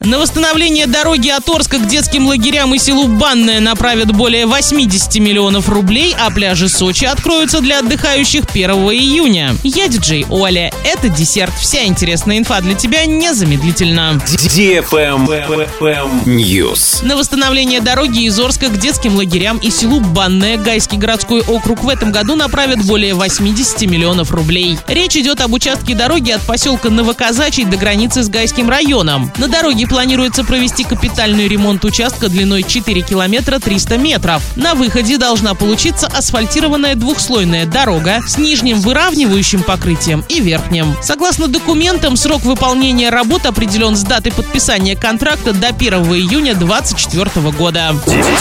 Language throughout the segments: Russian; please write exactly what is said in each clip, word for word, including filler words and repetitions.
На восстановление дороги от Орска к детским лагерям и селу Банное направят более восемьдесят миллионов рублей, а пляжи Сочи откроются для отдыхающих первого июня. Я диджей Оля. Это десерт. Вся интересная инфа для тебя незамедлительно. News. На восстановление дороги из Орска к детским лагерям и селу Банное Гайский городской округ в этом году направят более восемьдесят миллионов рублей. Речь идет об участке дороги от поселка Новоказачий до границы с Гайским районом. На дороге планируется провести капитальный ремонт участка длиной четыре километра триста метров. На выходе должна получиться асфальтированная двухслойная дорога с нижним выравнивающим покрытием и верхним. Согласно документам, срок выполнения работ определен с даты подписания контракта до первого июня двадцать четвёртого года.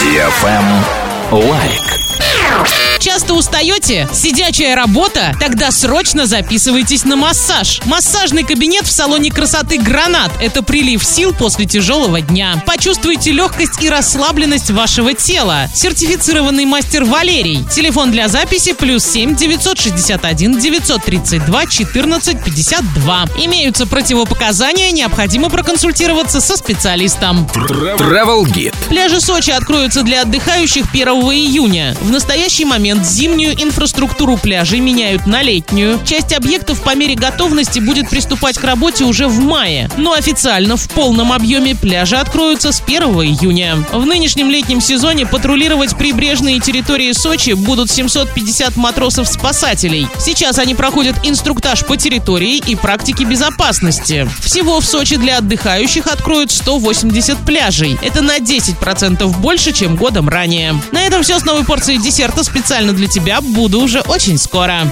Лайк. Часто устаете? Сидячая работа? Тогда срочно записывайтесь на массаж. Массажный кабинет в салоне красоты «Гранат» — это прилив сил после тяжелого дня. Почувствуйте легкость и расслабленность вашего тела. Сертифицированный мастер Валерий. Телефон для записи плюс семь девятьсот шестьдесят один девятьсот тридцать два четырнадцать пятьдесят два. Имеются противопоказания, необходимо проконсультироваться со специалистом. Travel Guide. Пляжи Сочи откроются для отдыхающих первого июня. В настоящий момент зимнюю инфраструктуру пляжей меняют на летнюю. Часть объектов по мере готовности будет приступать к работе уже в мае. Но официально в полном объеме пляжи откроются с первого июня. В нынешнем летнем сезоне патрулировать прибрежные территории Сочи будут семьсот пятьдесят матросов-спасателей. Сейчас они проходят инструктаж по территории и практики безопасности. Всего в Сочи для отдыхающих откроют сто восемьдесят пляжей. Это на десять процентов больше, чем годом ранее. На этом все с новой порцией десерта специально для тебя. Буду уже очень скоро.